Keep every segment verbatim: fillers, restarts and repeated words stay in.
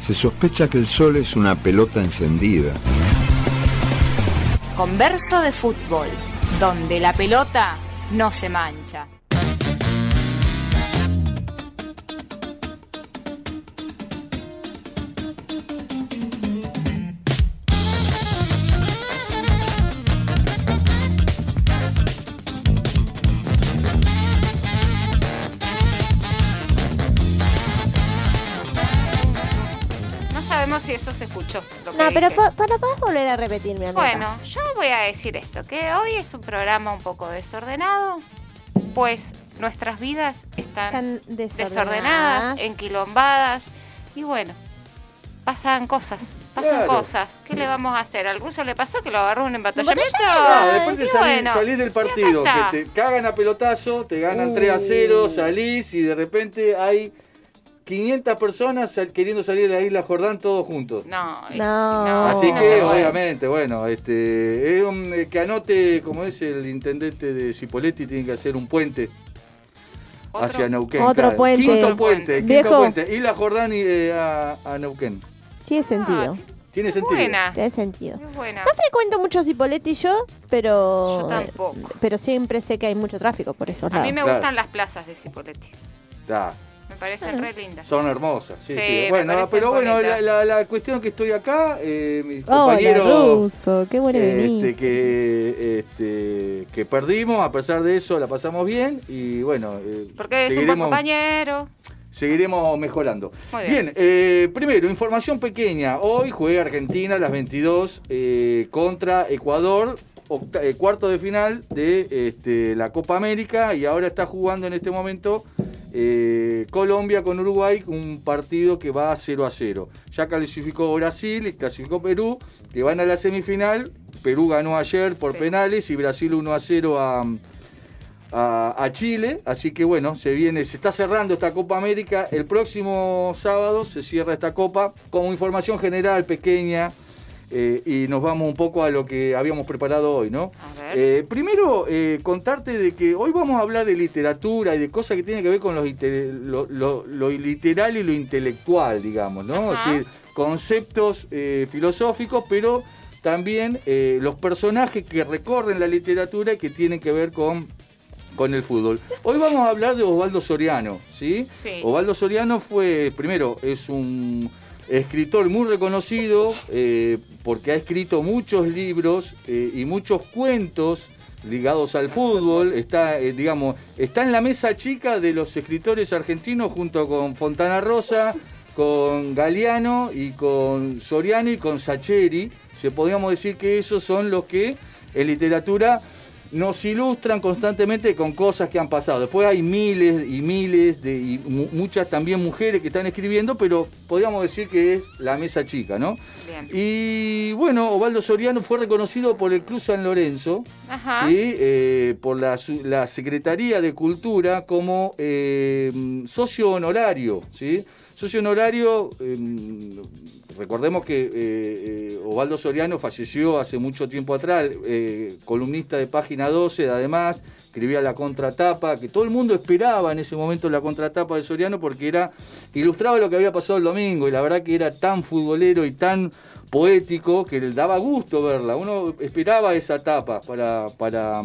Se sospecha que el sol es una pelota encendida. Converso de fútbol, donde la pelota no se mancha. Si eso se escuchó. No, pero pa, para poder volver a repetir, mi amiga. Bueno, yo voy a decir esto, que hoy es un programa un poco desordenado, pues nuestras vidas están, están desordenadas. desordenadas, enquilombadas, y bueno, pasan cosas, pasan claro. cosas. ¿Qué le vamos a hacer? ¿Al ruso le pasó que lo agarró un embatallamiento? No, después te salís, bueno, salís del partido, que te cagan a pelotazo, te ganan uh. tres a cero, salís y de repente hay quinientas personas queriendo salir de la isla Jordán todos juntos. No, es, no. no Así no que, obviamente, bueno, este, es un, que anote, como es el intendente de Cipolletti, tiene que hacer un puente ¿Otro? hacia Neuquén. Otro claro. puente. Quinto puente, quinto Viejo. puente. Isla Jordán y eh, a, a Neuquén. Tiene sentido. Ah, Tiene sentido. Buena. Tiene sentido. Es buena. No frecuento mucho Cipolletti yo, pero. Yo tampoco. Pero siempre sé que hay mucho tráfico por esos a lados. A mí me claro. gustan las plazas de Cipolletti. Da. Me parecen re lindas. Son hermosas, sí, sí. sí. Bueno, pero bueno, la, la, la cuestión que estoy acá, eh, mis compañeros. Hola, Ruso, qué bueno este, venir. que, este, que perdimos, a pesar de eso la pasamos bien y bueno. Eh, Porque es un buen compañero. Seguiremos mejorando. Muy bien, bien eh, primero, información pequeña. Hoy juega Argentina a las veintidós eh, contra Ecuador, octa, eh, cuarto de final de este, la Copa América y ahora está jugando en este momento eh, Colombia con Uruguay, un partido que va a cero a cero. Ya clasificó Brasil y clasificó Perú, que van a la semifinal. Perú ganó ayer por sí. penales y Brasil uno a cero a... A, a Chile, así que bueno, se viene, se está cerrando esta Copa América. El próximo sábado se cierra esta Copa. Como información general pequeña eh, y nos vamos un poco a lo que habíamos preparado hoy, ¿no? A ver. Eh, primero, eh, contarte de que hoy vamos a hablar de literatura y de cosas que tienen que ver con los lo, lo, lo literal y lo intelectual, digamos, ¿no? Ajá. Es decir, conceptos eh, filosóficos, pero también eh, los personajes que recorren la literatura y que tienen que ver con con el fútbol. Hoy vamos a hablar de Osvaldo Soriano, ¿sí? Sí. Osvaldo Soriano fue, primero, es un escritor muy reconocido eh, porque ha escrito muchos libros eh, y muchos cuentos ligados al fútbol. Está, eh, digamos, está en la mesa chica de los escritores argentinos junto con Fontana Rosa, con Galeano y con Soriano y con Sacheri. Se podríamos decir que esos son los que en literatura nos ilustran constantemente con cosas que han pasado. Después hay miles y miles de y mu- muchas también mujeres que están escribiendo, pero podríamos decir que es la mesa chica, ¿no? Bien. Y bueno, Osvaldo Soriano fue reconocido por el Club San Lorenzo, Ajá. ¿sí? eh, por la, la Secretaría de Cultura como eh, socio honorario, ¿sí? Socio honorario, eh, recordemos que eh, eh, Osvaldo Soriano falleció hace mucho tiempo atrás, eh, columnista de Página doce, además, escribía la contratapa, que todo el mundo esperaba en ese momento la contratapa de Soriano porque era ilustraba lo que había pasado el domingo y la verdad que era tan futbolero y tan poético que le daba gusto verla. Uno esperaba esa tapa para... para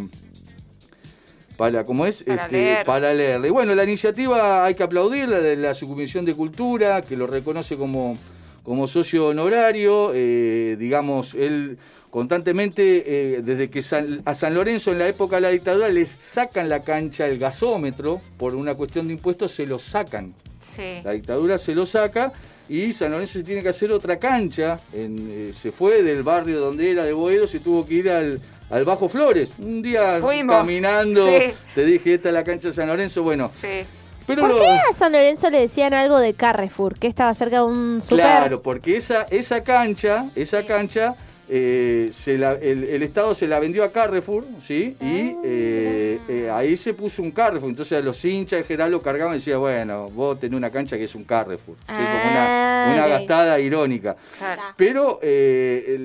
Para, ¿cómo es? Para este, leer. Para leerle. Y bueno, la iniciativa hay que aplaudirla de la Subcomisión de Cultura, que lo reconoce como, como socio honorario. Eh, digamos, él constantemente, eh, desde que San, a San Lorenzo en la época de la dictadura les sacan la cancha, el gasómetro, por una cuestión de impuestos se lo sacan. Sí. La dictadura se lo saca y San Lorenzo se tiene que hacer otra cancha. En, eh, se fue del barrio donde era de Boedo, se tuvo que ir al... al Bajo Flores, un día Fuimos, caminando, sí. te dije, esta es la cancha de San Lorenzo, bueno. Sí. Pero ¿Por lo, qué a San Lorenzo le decían algo de Carrefour? Que estaba cerca de un super... Claro, porque esa, esa cancha, esa cancha, eh, se la, el, el Estado se la vendió a Carrefour, ¿sí? Y eh, eh, ahí se puso un Carrefour, entonces a los hinchas en general lo cargaban y decían, bueno, vos tenés una cancha que es un Carrefour, ¿sí? Como una, una Ah, ok. gastada irónica. Claro. Pero eh, el,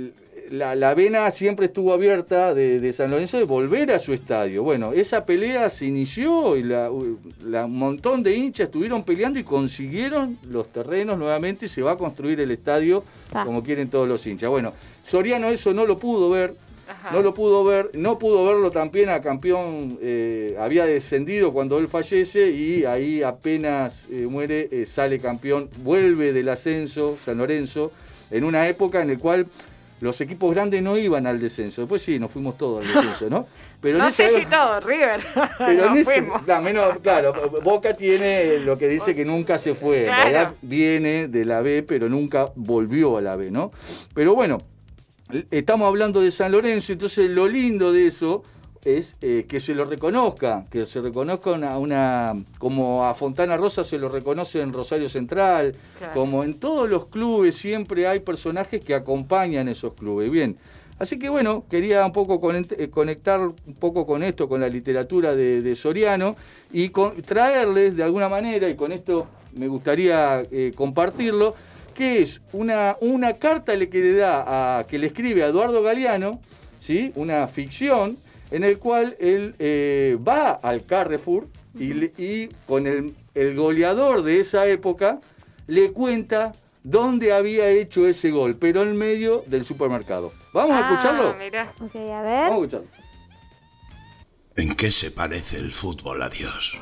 la, la vena siempre estuvo abierta de, de San Lorenzo de volver a su estadio. Bueno, esa pelea se inició y la, la, un montón de hinchas estuvieron peleando y consiguieron los terrenos nuevamente y se va a construir el estadio ah. como quieren todos los hinchas. Bueno, Soriano eso no lo pudo ver. Ajá. No lo pudo ver, no pudo verlo también a campeón, eh, había descendido cuando él fallece y ahí apenas eh, muere, eh, sale campeón, vuelve del ascenso San Lorenzo, en una época en la cual los equipos grandes no iban al descenso. Después sí, nos fuimos todos al descenso, ¿no? Pero no sé si todos, River. Pero en ese, no, menos, claro, Boca tiene lo que dice que nunca se fue, claro. En realidad viene de la B, pero nunca volvió a la B, ¿no? Pero bueno, estamos hablando de San Lorenzo, entonces lo lindo de eso es eh, que se lo reconozca, que se reconozca una, una, como a Fontana Rosa se lo reconoce en Rosario Central, claro. Como en todos los clubes siempre hay personajes que acompañan esos clubes. Bien, así que bueno, quería un poco conectar un poco con esto, con la literatura de, de Soriano y con, traerles de alguna manera, y con esto me gustaría eh, compartirlo, que es una, una carta que le da a, que le escribe a Eduardo Galeano, ¿sí? Una ficción en el cual él eh, va al Carrefour y, y con el, el goleador de esa época le cuenta dónde había hecho ese gol, pero en medio del supermercado. ¿Vamos ah, a escucharlo? Mirá. Ok, a ver. Vamos a escucharlo. ¿En qué se parece el fútbol a Dios?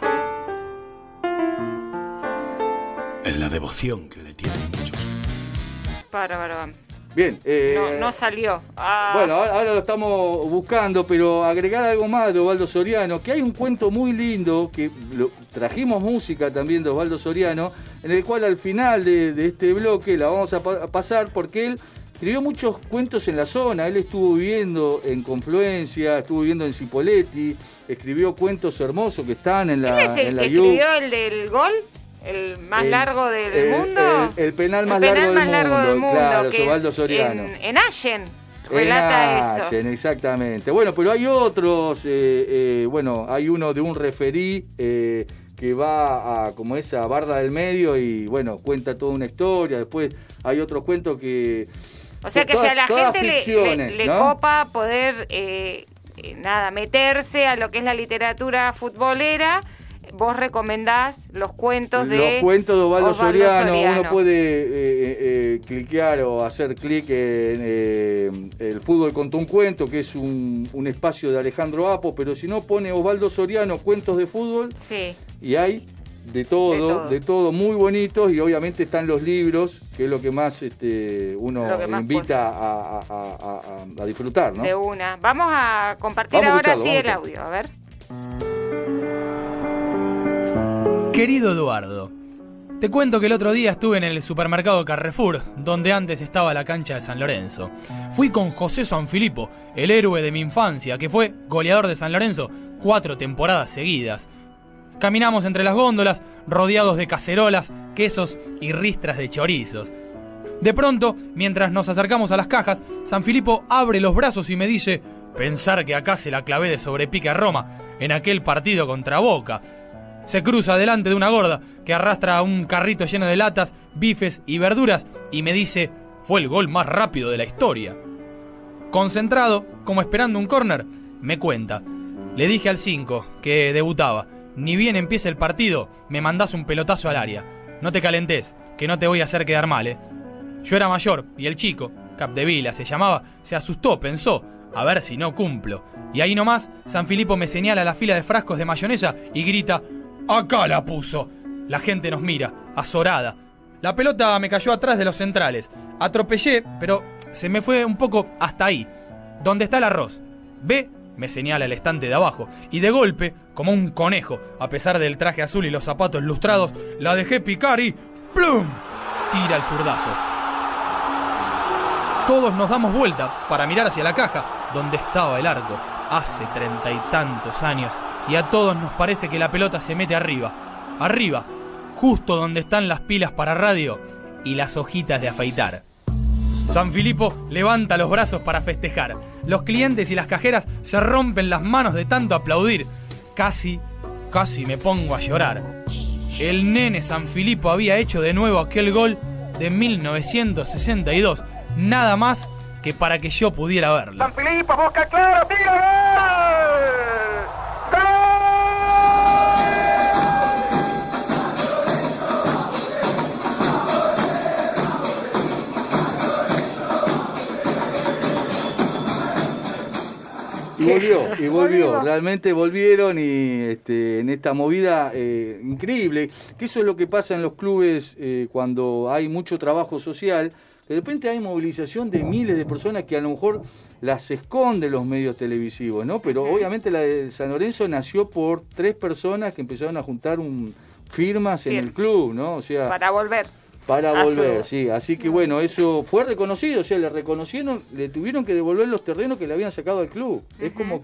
En la devoción que le tienen muchos. Para, para, para. Bien. Eh, no, no salió. Ah. Bueno, ahora, ahora lo estamos buscando, pero agregar algo más de Osvaldo Soriano, que hay un cuento muy lindo, que lo, trajimos música también de Osvaldo Soriano, en el cual al final de, de este bloque la vamos a, pa- a pasar, porque él escribió muchos cuentos en la zona. Él estuvo viviendo en Confluencia, estuvo viviendo en Cipolletti, escribió cuentos hermosos que están en la... ¿Quién es el en la que U. escribió el del gol? ¿El más el, largo del el, mundo? El, el penal más, el penal largo, más del largo del mundo. Claro, que Osvaldo Soriano. En, en Allen relata en Allen, eso. Exactamente. Bueno, pero hay otros, eh, eh, bueno, hay uno de un referí eh, que va a como esa barra del medio y bueno, cuenta toda una historia. Después hay otros cuentos que... O sea que todas, si a la gente le, le, le ¿no? copa poder, eh, eh, nada, meterse a lo que es la literatura futbolera... Vos recomendás los cuentos de Los cuentos de Osvaldo, Osvaldo Soriano. Soriano. Uno puede eh, eh, cliquear o hacer clic en eh, El fútbol contó un cuento, que es un, un espacio de Alejandro Apo, pero si no pone Osvaldo Soriano cuentos de fútbol, sí. Y hay de todo, de todo, de todo, muy bonitos, y obviamente están los libros, que es lo que más este, uno más invita a, a, a, a disfrutar, ¿no? De una. Vamos a compartir vamos ahora sí el audio, a ver. Querido Eduardo, te cuento que el otro día estuve en el supermercado Carrefour, donde antes estaba la cancha de San Lorenzo. Fui con José Sanfilippo, el héroe de mi infancia, que fue goleador de San Lorenzo cuatro temporadas seguidas. Caminamos entre las góndolas, rodeados de cacerolas, quesos y ristras de chorizos. De pronto, mientras nos acercamos a las cajas, Sanfilippo abre los brazos y me dice: pensar que acá se la clavé de sobrepique a Roma, en aquel partido contra Boca. Se cruza delante de una gorda que arrastra un carrito lleno de latas, bifes y verduras y me dice: fue el gol más rápido de la historia. Concentrado, como esperando un córner, me cuenta: le dije al cinco que debutaba, ni bien empieza el partido, me mandás un pelotazo al área. No te calentes, que no te voy a hacer quedar mal, ¿eh? Yo era mayor y el chico, Capdevila se llamaba, se asustó, pensó: a ver si no cumplo. Y ahí nomás, Sanfilippo me señala la fila de frascos de mayonesa y grita: ¡acá la puso! La gente nos mira, azorada. La pelota me cayó atrás de los centrales. Atropellé, pero se me fue un poco hasta ahí. ¿Dónde está el arroz? Ve, me señala el estante de abajo. Y de golpe, como un conejo, a pesar del traje azul y los zapatos lustrados, la dejé picar y ¡plum! Tira el zurdazo. Todos nos damos vuelta para mirar hacia la caja, donde estaba el arco, hace treinta y tantos años. Y a todos nos parece que la pelota se mete arriba, arriba, justo donde están las pilas para radio y las hojitas de afeitar. Sanfilippo levanta los brazos para festejar. Los clientes y las cajeras se rompen las manos de tanto aplaudir. Casi, casi me pongo a llorar. El nene Sanfilippo había hecho de nuevo aquel gol de mil novecientos sesenta y dos, nada más que para que yo pudiera verlo. San Filipo, busca claro, tira, gol. ¡Gol! Y volvió, y volvió, realmente volvieron y este, en esta movida eh, increíble, que eso es lo que pasa en los clubes eh, cuando hay mucho trabajo social, que de repente hay movilización de miles de personas que a lo mejor las esconden los medios televisivos, ¿no? Pero uh-huh. obviamente la de San Lorenzo nació por tres personas que empezaron a juntar un, firmas Firma. en el club, ¿no? O sea, para volver. Para volver, sí. Así que bueno, eso fue reconocido, o sea, le reconocieron, le tuvieron que devolver los terrenos que le habían sacado al club. Uh-huh. Es como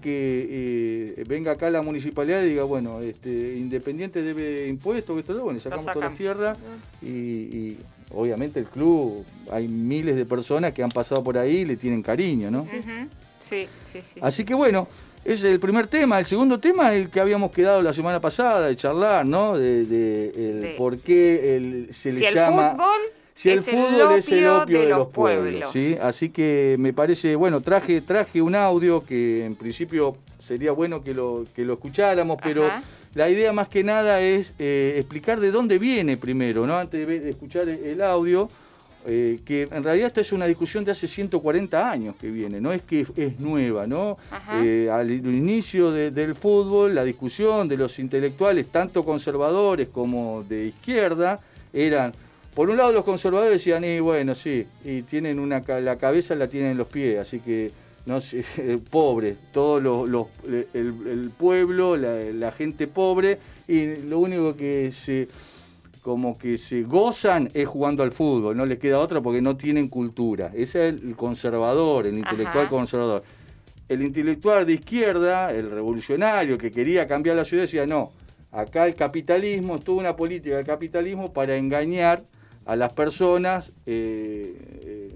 que eh, venga acá la municipalidad y diga, bueno, este Independiente debe impuestos, que esto, bueno, le sacamos toda la tierra uh-huh. y, y obviamente el club, hay miles de personas que han pasado por ahí y le tienen cariño, ¿no? Uh-huh. Sí, sí, sí. Así que bueno, ese es el primer tema. El segundo tema es el que habíamos quedado la semana pasada de charlar, ¿no? De, de, el de por qué el, se le si llama... El fútbol si el es fútbol el es el opio de, de los, los pueblos, pueblos. ¿sí? Así que me parece, bueno, traje traje un audio que en principio sería bueno que lo, que lo escucháramos, pero Ajá. la idea más que nada es eh, explicar de dónde viene primero, ¿no? Antes de, de escuchar el audio. Eh, que en realidad esta es una discusión de hace ciento cuarenta años que viene, no es que es nueva, ¿no? Eh, al inicio de, del fútbol, la discusión de los intelectuales, tanto conservadores como de izquierda, eran, por un lado los conservadores decían, y bueno, sí, y tienen una la cabeza la tienen en los pies, así que, no sé, pobre, todo lo, lo, el, el pueblo, la, la gente pobre, y lo único que se... como que se gozan es jugando al fútbol, no les queda otra porque no tienen cultura. Ese es el conservador, el intelectual Ajá. conservador. El intelectual de izquierda, el revolucionario que quería cambiar la ciudad, decía, no, acá el capitalismo, es toda una política del capitalismo para engañar a las personas, eh, eh,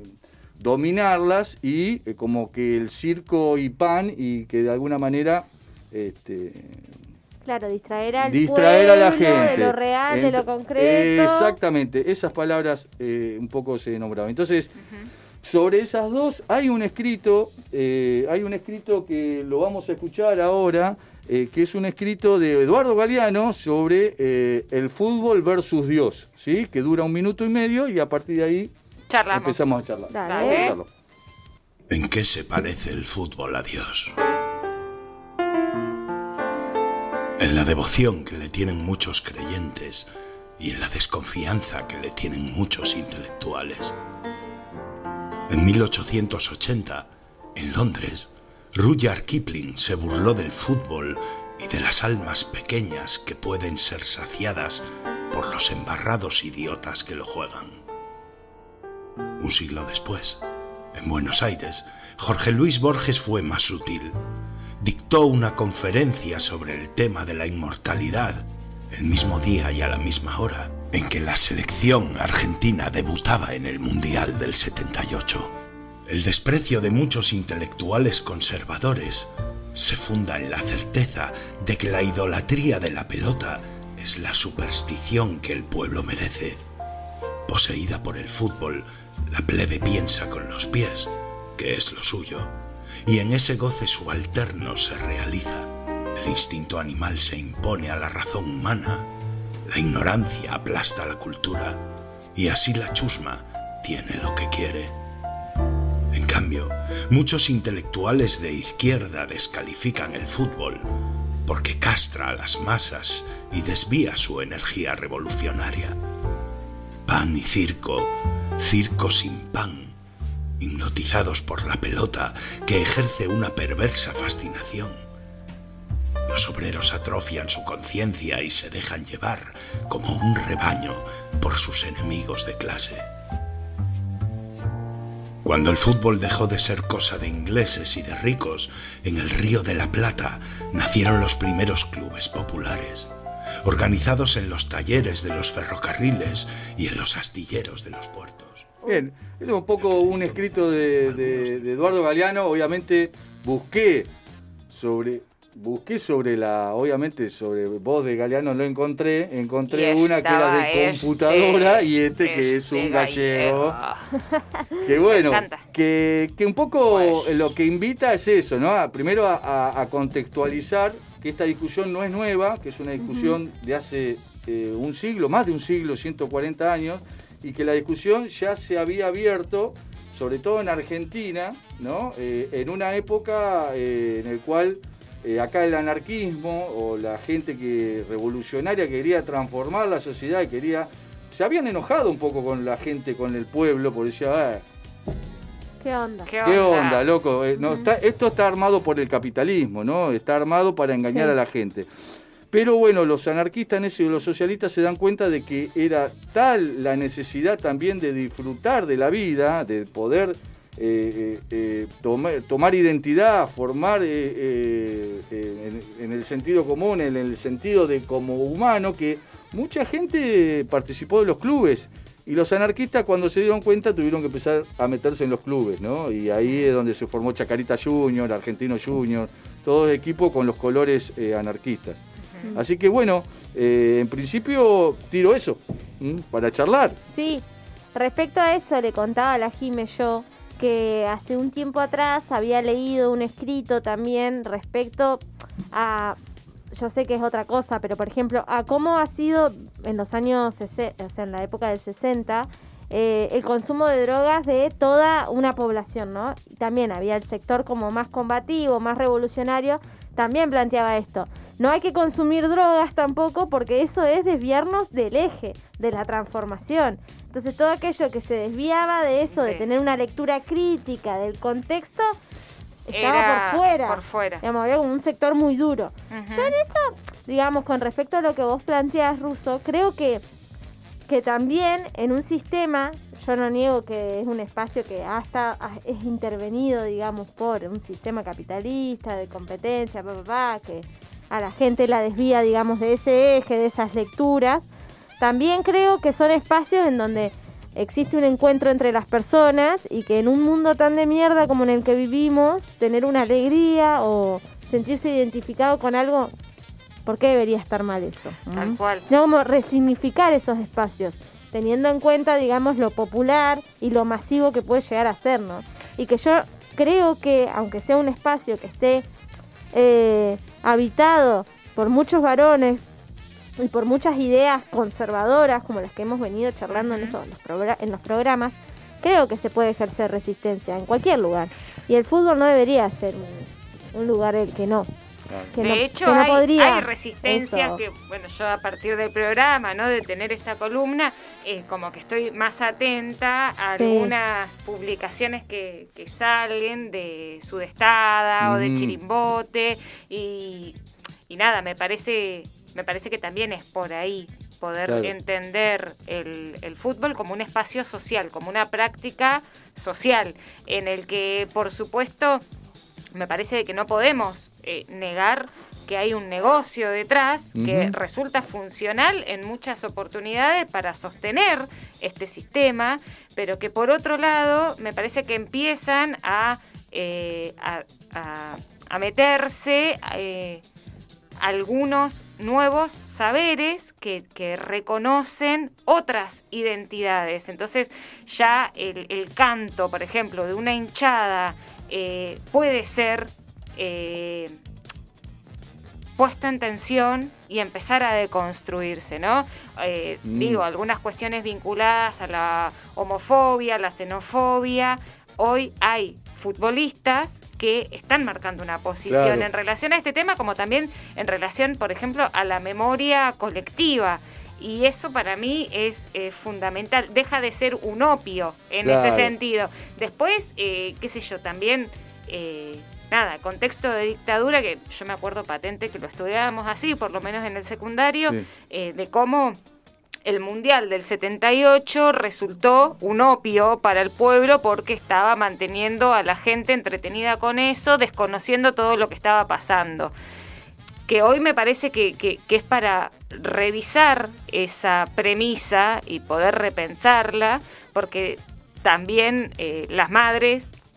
dominarlas y eh, como que el circo y pan y que de alguna manera... este Claro, distraer al distraer pueblo a la gente. De lo real, Ent- de lo concreto. Exactamente, esas palabras eh, un poco se nombraban. Entonces, uh-huh. sobre esas dos hay un escrito, eh, hay un escrito que lo vamos a escuchar ahora, eh, que es un escrito de Eduardo Galeano sobre eh, el fútbol versus Dios, ¿sí? Que dura un minuto y medio y a partir de ahí Charlamos. empezamos a charlar. Dale. Vamos a ¿En qué se parece el fútbol a Dios? En la devoción que le tienen muchos creyentes y en la desconfianza que le tienen muchos intelectuales. En mil ochocientos ochenta, en Londres, Rudyard Kipling se burló del fútbol y de las almas pequeñas que pueden ser saciadas por los embarrados idiotas que lo juegan. Un siglo después, en Buenos Aires, Jorge Luis Borges fue más sutil. Dictó una conferencia sobre el tema de la inmortalidad el mismo día y a la misma hora en que la selección argentina debutaba en el Mundial del setenta y ocho. El desprecio de muchos intelectuales conservadores se funda en la certeza de que la idolatría de la pelota es la superstición que el pueblo merece. Poseída por el fútbol, la plebe piensa con los pies, que es lo suyo. Y en ese goce subalterno se realiza. El instinto animal se impone a la razón humana, la ignorancia aplasta la cultura, y así la chusma tiene lo que quiere. En cambio, muchos intelectuales de izquierda descalifican el fútbol porque castra a las masas y desvía su energía revolucionaria. Pan y circo, circo sin pan, hipnotizados por la pelota que ejerce una perversa fascinación. Los obreros atrofian su conciencia y se dejan llevar como un rebaño por sus enemigos de clase. Cuando el fútbol dejó de ser cosa de ingleses y de ricos, en el Río de la Plata nacieron los primeros clubes populares, organizados en los talleres de los ferrocarriles y en los astilleros de los puertos. Bien, es un poco un escrito de, de, de Eduardo Galeano. Obviamente busqué sobre busqué sobre la, obviamente sobre voz de Galeano lo encontré, encontré una que era de computadora este, y este, este que es un gallego. gallego. Que bueno, que, que un poco pues. Lo que invita es eso, ¿no? A, primero a, a, a contextualizar que esta discusión no es nueva, que es una discusión uh-huh. de hace eh, un siglo, más de un siglo, ciento cuarenta años, y que la discusión ya se había abierto, sobre todo en Argentina, ¿no? Eh, en una época eh, en el cual eh, acá el anarquismo o la gente que revolucionaria quería transformar la sociedad, quería, se habían enojado un poco con la gente, con el pueblo, porque decía, ah, ¿Qué onda? ¿Qué, ¿Qué onda? onda, loco? Eh, no, uh-huh. está, esto está armado por el capitalismo, ¿no? Está armado para engañar sí. a la gente. Pero bueno, los anarquistas en eso y los socialistas se dan cuenta de que era tal la necesidad también de disfrutar de la vida, de poder eh, eh, tomar, tomar identidad, formar eh, eh, eh, en, en el sentido común, en el sentido de como humano, que mucha gente participó de los clubes. Y los anarquistas, cuando se dieron cuenta, tuvieron que empezar a meterse en los clubes, ¿no? Y ahí es donde se formó Chacarita Junior, Argentino Junior, todos equipos con los colores eh, anarquistas. Uh-huh. Así que bueno, eh, en principio tiro eso, ¿m? para charlar. Sí, respecto a eso le contaba a la Jime yo que hace un tiempo atrás había leído un escrito también respecto a... Yo sé que es otra cosa, pero por ejemplo, a cómo ha sido en los años sesenta, o sea, en la época del sesenta, eh, el consumo de drogas de toda una población, ¿no? Y también había el sector como más combativo, más revolucionario, también planteaba esto. No hay que consumir drogas tampoco porque eso es desviarnos del eje, de la transformación. Entonces todo aquello que se desviaba de eso, sí. de tener una lectura crítica del contexto... Estaba Era por fuera, por fuera. Digamos, había como un sector muy duro. Uh-huh. Yo en eso, digamos, con respecto a lo que vos planteás, Russo, creo que, que también en un sistema, yo no niego que es un espacio que hasta es intervenido, digamos, por un sistema capitalista, de competencia, pa, pa, pa, que a la gente la desvía, digamos, de ese eje, de esas lecturas. También creo que son espacios en donde existe un encuentro entre las personas y que en un mundo tan de mierda como en el que vivimos, tener una alegría o sentirse identificado con algo, ¿por qué debería estar mal eso? Tal ¿Mm? cual. No, como resignificar esos espacios, teniendo en cuenta, digamos, lo popular y lo masivo que puede llegar a ser, ¿no? Y que yo creo que, aunque sea un espacio que esté eh, habitado por muchos varones, y por muchas ideas conservadoras como las que hemos venido charlando en, esto, en, los progr- en los programas, creo que se puede ejercer resistencia en cualquier lugar. Y el fútbol no debería ser un, un lugar el que no. Que de no, hecho, que no hay, podría hay resistencia eso. Que, bueno, yo a partir del programa, ¿no? De tener esta columna, eh, como que estoy más atenta a sí. algunas publicaciones que, que salen de Sudestada mm. o de Chirimbote y, y nada, me parece... Me parece que también es por ahí poder claro. entender el, el fútbol como un espacio social, como una práctica social, en el que, por supuesto, me parece que no podemos eh, negar que hay un negocio detrás uh-huh. que resulta funcional en muchas oportunidades para sostener este sistema, pero que por otro lado me parece que empiezan a, eh, a, a, a meterse... Eh, algunos nuevos saberes que, que reconocen otras identidades. Entonces ya el, el canto, por ejemplo, de una hinchada eh, puede ser eh, puesta en tensión y empezar a deconstruirse, ¿no? Eh, mm. Digo, algunas cuestiones vinculadas a la homofobia, a la xenofobia. Hoy hay futbolistas que están marcando una posición claro. en relación a este tema, como también en relación, por ejemplo, a la memoria colectiva. Y eso para mí es eh, fundamental. Deja de ser un opio en claro. ese sentido. Después, eh, qué sé yo, también, eh, nada, contexto de dictadura, que yo me acuerdo patente que lo estudiábamos así, por lo menos en el secundario, sí. eh, de cómo... El Mundial del setenta y ocho resultó un opio para el pueblo porque estaba manteniendo a la gente entretenida con eso, desconociendo todo lo que estaba pasando. Que hoy me parece que, que, que es para revisar esa premisa y poder repensarla, porque también eh, las madres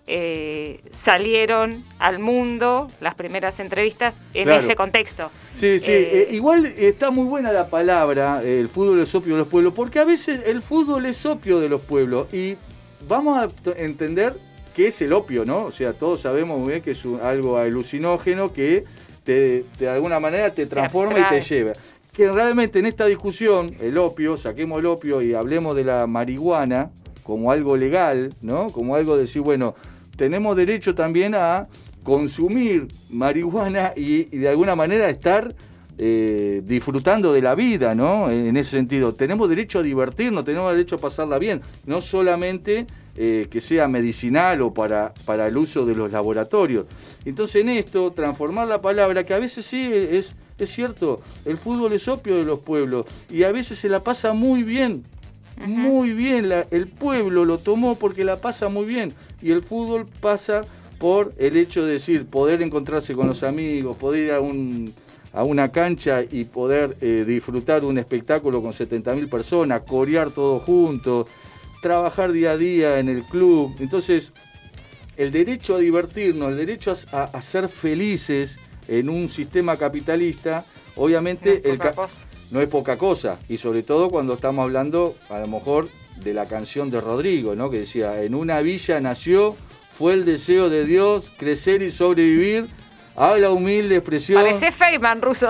eh, salieron al mundo las primeras entrevistas en Claro. ese contexto. Sí, sí, Eh, eh, igual está muy buena la palabra, eh, el fútbol es opio de los pueblos, porque a veces el fútbol es opio de los pueblos y vamos a t- entender qué es el opio, ¿no? O sea, todos sabemos muy bien que es un- algo alucinógeno que te, te, de alguna manera te transforma y te abstrae. lleva. Que realmente en esta discusión, el opio, saquemos el opio y hablemos de la marihuana como algo legal, ¿no? Como algo de decir, bueno, tenemos derecho también a consumir marihuana y, y de alguna manera estar eh, disfrutando de la vida, ¿no? En, en ese sentido. Tenemos derecho a divertirnos, tenemos derecho a pasarla bien, no solamente eh, que sea medicinal o para, para el uso de los laboratorios. Entonces en esto, transformar la palabra, que a veces sí es, es cierto, el fútbol es opio de los pueblos y a veces se la pasa muy bien. Uh-huh. Muy bien, la, el pueblo lo tomó porque la pasa muy bien y el fútbol pasa por el hecho de decir, poder encontrarse con los amigos, poder ir a, un, a una cancha y poder eh, disfrutar de un espectáculo con setenta mil personas, corear todos juntos, trabajar día a día en el club. Entonces, el derecho a divertirnos, el derecho a, a, a ser felices en un sistema capitalista, obviamente no es el poca ca- cosa. no es poca cosa, y sobre todo cuando estamos hablando a lo mejor de la canción de Rodrigo, ¿no? Que decía, en una villa nació, fue el deseo de Dios crecer y sobrevivir, habla humilde expresión. Parece Feynman, ruso.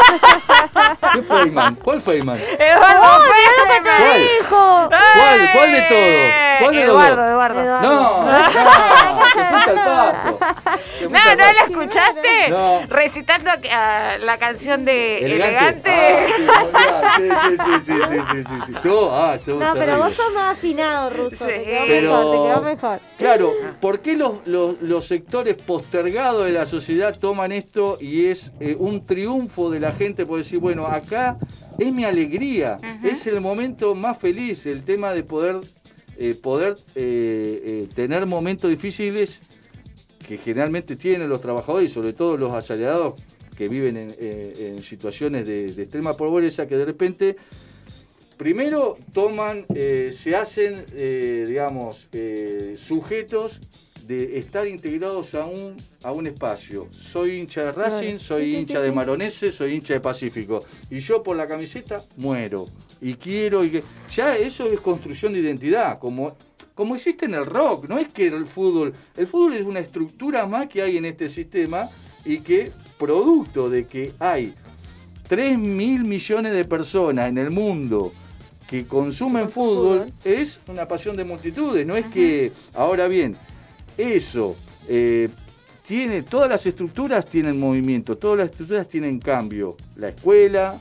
¿Qué Feynman? ¿Cuál Feynman? Eduardo ¡Oh, Feynman. mira lo que te dijo! ¿Cuál? ¿Cuál de todo? ¿Cuál de los Eduardo, dos? Eduardo. Eduardo. No, no, te fuiste al pasto. Te fuiste No, al ¿no la pasto. escuchaste? No. Recitando a la canción de Elegante. Elegante. Ah, sí, sí, sí, sí, sí, sí, sí, sí. Tú, ah, tú, No, pero terrible. vos sos más afinado, ruso. Sí. Te quedó Pero- mejor, te quedó mejor. Claro, ¿por qué los, los, los sectores postergados de la sociedad toman esto y es eh, un triunfo de la gente por decir, bueno, acá es mi alegría, Ujú. es el momento más feliz, el tema de poder, eh, poder eh, eh, tener momentos difíciles que generalmente tienen los trabajadores y sobre todo los asalariados que viven en, eh, en situaciones de, de extrema pobreza, que de repente primero toman, eh, se hacen, eh, digamos, eh, sujetos de estar integrados a un, a un espacio. Soy hincha de Racing, soy Sí, sí, hincha sí, de sí. Maronese, soy hincha de Pacífico. Y yo por la camiseta muero. Y quiero, y que... ya eso es construcción de identidad, como, como existe en el rock. No es que el fútbol, el fútbol es una estructura más que hay en este sistema y que producto de que hay tres mil millones de personas en el mundo que consumen fútbol, fútbol. es una pasión de multitudes. No es que, ahora bien, eso eh, tiene, todas las estructuras tienen movimiento, todas las estructuras tienen cambio. La escuela,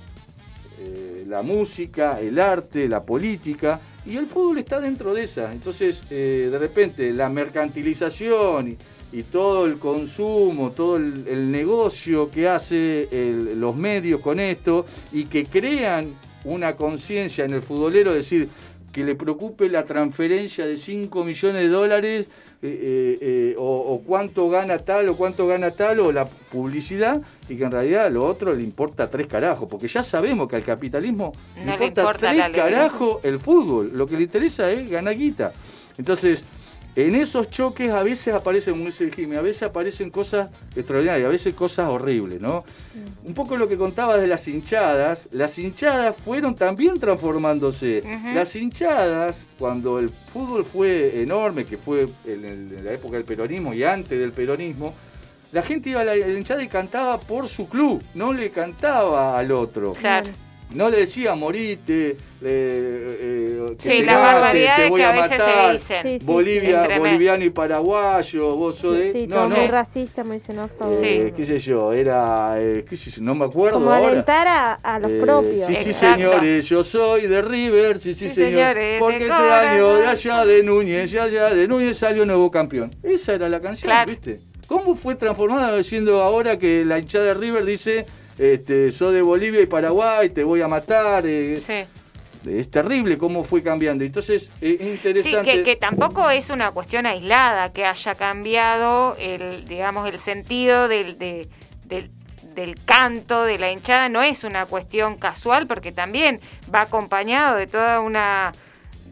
eh, la música, el arte, la política, y el fútbol está dentro de esa. Entonces, eh, de repente, la mercantilización y, y todo el consumo, todo el, el negocio que hace el- los medios con esto y que crean una conciencia en el futbolero, es decir, que le preocupe la transferencia de cinco millones de dólares eh, eh, eh, o, o cuánto gana tal o cuánto gana tal o la publicidad, y que en realidad a lo otro le importa tres carajos, porque ya sabemos que al capitalismo No le le importa importa la tres alegría. carajos el fútbol, lo que le interesa es ganar guita. Entonces, en esos choques a veces aparecen, como dice el Jimmy, a veces aparecen cosas extraordinarias, a veces cosas horribles, ¿no? Un poco lo que contaba de las hinchadas, las hinchadas fueron también transformándose. Ujú. Las hinchadas, cuando el fútbol fue enorme, que fue en, el- en la época del peronismo y antes del peronismo, la gente iba a la, la hinchada y cantaba por su club, no le cantaba al otro. Claro. No le decía morite, eh, eh, que Sí, te las mate, barbaridades te voy que a a veces se matar, dicen. Sí, sí, Bolivia, sí. Tremendo. boliviano y paraguayo, vos sos Sí, de... sí, no, todo no, muy racista, muy xenófobo. Sí. eh, qué sé yo, era, eh, qué sé yo, no me acuerdo Como ahora. alentar a, a los Eh, propios. Sí, sí, Exacto. señores, yo soy de River, sí, sí, Sí, señor. señores, Porque de este Colorado. año de allá de Núñez, de allá de Núñez salió nuevo campeón. Esa era la canción, Claro. ¿viste? ¿Cómo fue transformada diciendo ahora que la hinchada de River dice, este, soy de Bolivia y Paraguay, te voy a matar? eh, Sí. Es terrible cómo fue cambiando. Entonces, es Sí, interesante. que, que tampoco es una cuestión aislada que haya cambiado el, digamos, el sentido del, de- del, del canto de la hinchada. No es una cuestión casual porque también va acompañado de toda una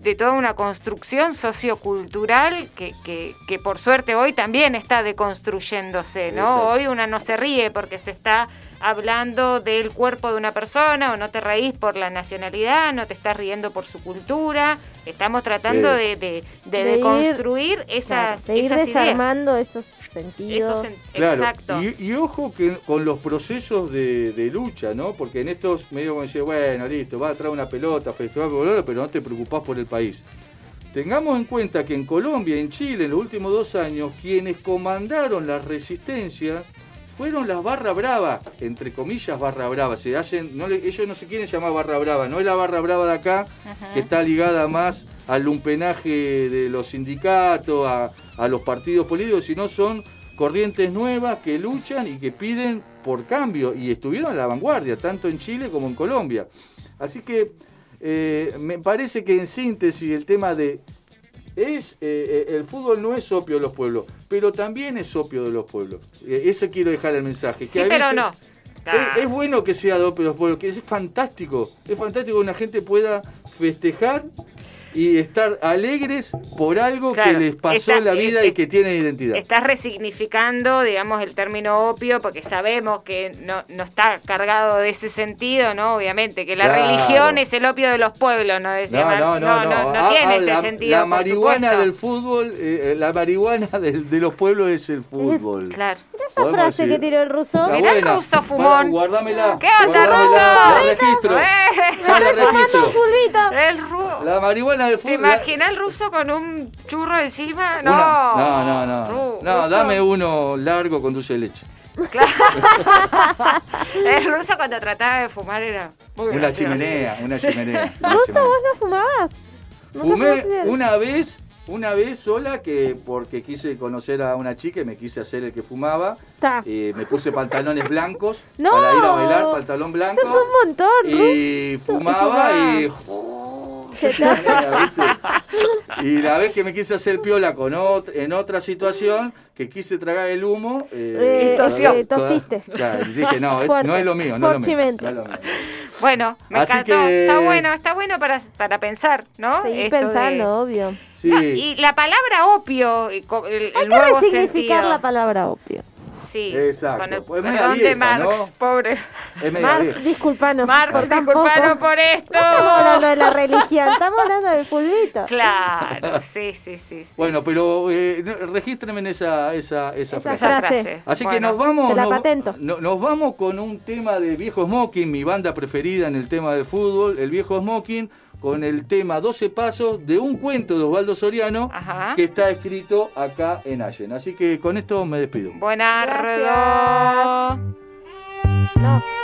de toda una construcción sociocultural que, que, que por suerte hoy también está deconstruyéndose, ¿no? Exacto. Hoy una no se ríe porque se está hablando del cuerpo de una persona, o no te reís por la nacionalidad, no te estás riendo por su cultura. Estamos tratando sí. de, de, de, de deconstruir ir, esas, claro, de ir esas desarmando ideas. esos sentidos. Esos, claro. Exacto. Y, y ojo que con los procesos de, de lucha, ¿no? Porque en estos medios como decía, bueno, listo, va a traer una pelota, festival, pero no te preocupás por el país. Tengamos en cuenta que en Colombia, en Chile, en los últimos dos años, quienes comandaron las resistencias fueron las barra brava, entre comillas barra brava. Se hacen, no le, ellos no se quieren llamar barra brava, no es la barra brava de acá, uh-huh. que está ligada más al lumpenaje de los sindicatos, a, a los partidos políticos, sino son corrientes nuevas que luchan y que piden por cambio, y estuvieron a la vanguardia, tanto en Chile como en Colombia. Así que eh, me parece que en síntesis el tema de es eh, el fútbol no es opio de los pueblos, pero también es opio de los pueblos. Eh, eso quiero dejar el mensaje. Que sí, a pero veces no. Ah. Es, es bueno que sea de opio de los pueblos, que es fantástico. Es fantástico que una gente pueda festejar y estar alegres por algo claro, que les pasó está, en la vida es, y que tiene identidad. Estás resignificando, digamos, el término opio, porque sabemos que no, no está cargado de ese sentido, ¿no? Obviamente, que la claro. religión es el opio de los pueblos, ¿no? Decía no, Marx. no, no, no, no, no ah, tiene ah, ese la, sentido. La marihuana por del fútbol, eh, la marihuana del, de los pueblos es el fútbol. Claro. Esa frase decir? Que tiró el ruso. Mirá el ruso fumón. Guardámela. ¿Qué onda, ruso? La registro. Eh, ya la registro. El ru- la marihuana del fútbol. ¿Te imaginas el ruso con un churro encima? No. Una, no, no, no. Ru- no, ruso. Dame uno largo con dulce de leche. Claro. El ruso cuando trataba de fumar era muy Una gracioso. chimenea, una sí. chimenea. Una ¿Ruso chimenea. vos no fumabas? Fumé una vez, una vez sola, que porque quise conocer a una chica y me quise hacer el que fumaba. Eh, me puse pantalones blancos no. para ir a bailar, pantalón blanco. Eso es un montón, Y ruso. fumaba y... Y la vez que me quise hacer piola con ot- en otra situación, que quise tragar el humo, eh, eh, tosió. Eh, tosiste. Claro, dije, no, es, no es lo mío, no es lo mío, no es lo mío. Bueno, me Así encantó, que... está bueno, está bueno para, para pensar, ¿no? Seguir Esto pensando, de... obvio. Sí. No, y la palabra opio, el, el Hay nuevo que resignificar sentido. la palabra opio. Sí, exacto. con el Pues perdón vieja, de Marx, ¿no? pobre. Es Marx, vieja. disculpanos. Marx, por disculpanos por esto. No estamos hablando de la religión, estamos hablando del fulbito. Claro, sí, sí, sí. sí. Bueno, pero eh, regístreme en esa, esa, esa, Esa frase. Esa frase. Así Bueno, que nos vamos, te la nos, patento. no- nos vamos con un tema de Viejo Smoking, mi banda preferida en el tema de fútbol, el Viejo Smoking, con el tema doce pasos de un cuento de Osvaldo Soriano, Ajá. que está escrito acá en Allen. Así que con esto me despido. Buenardo. No.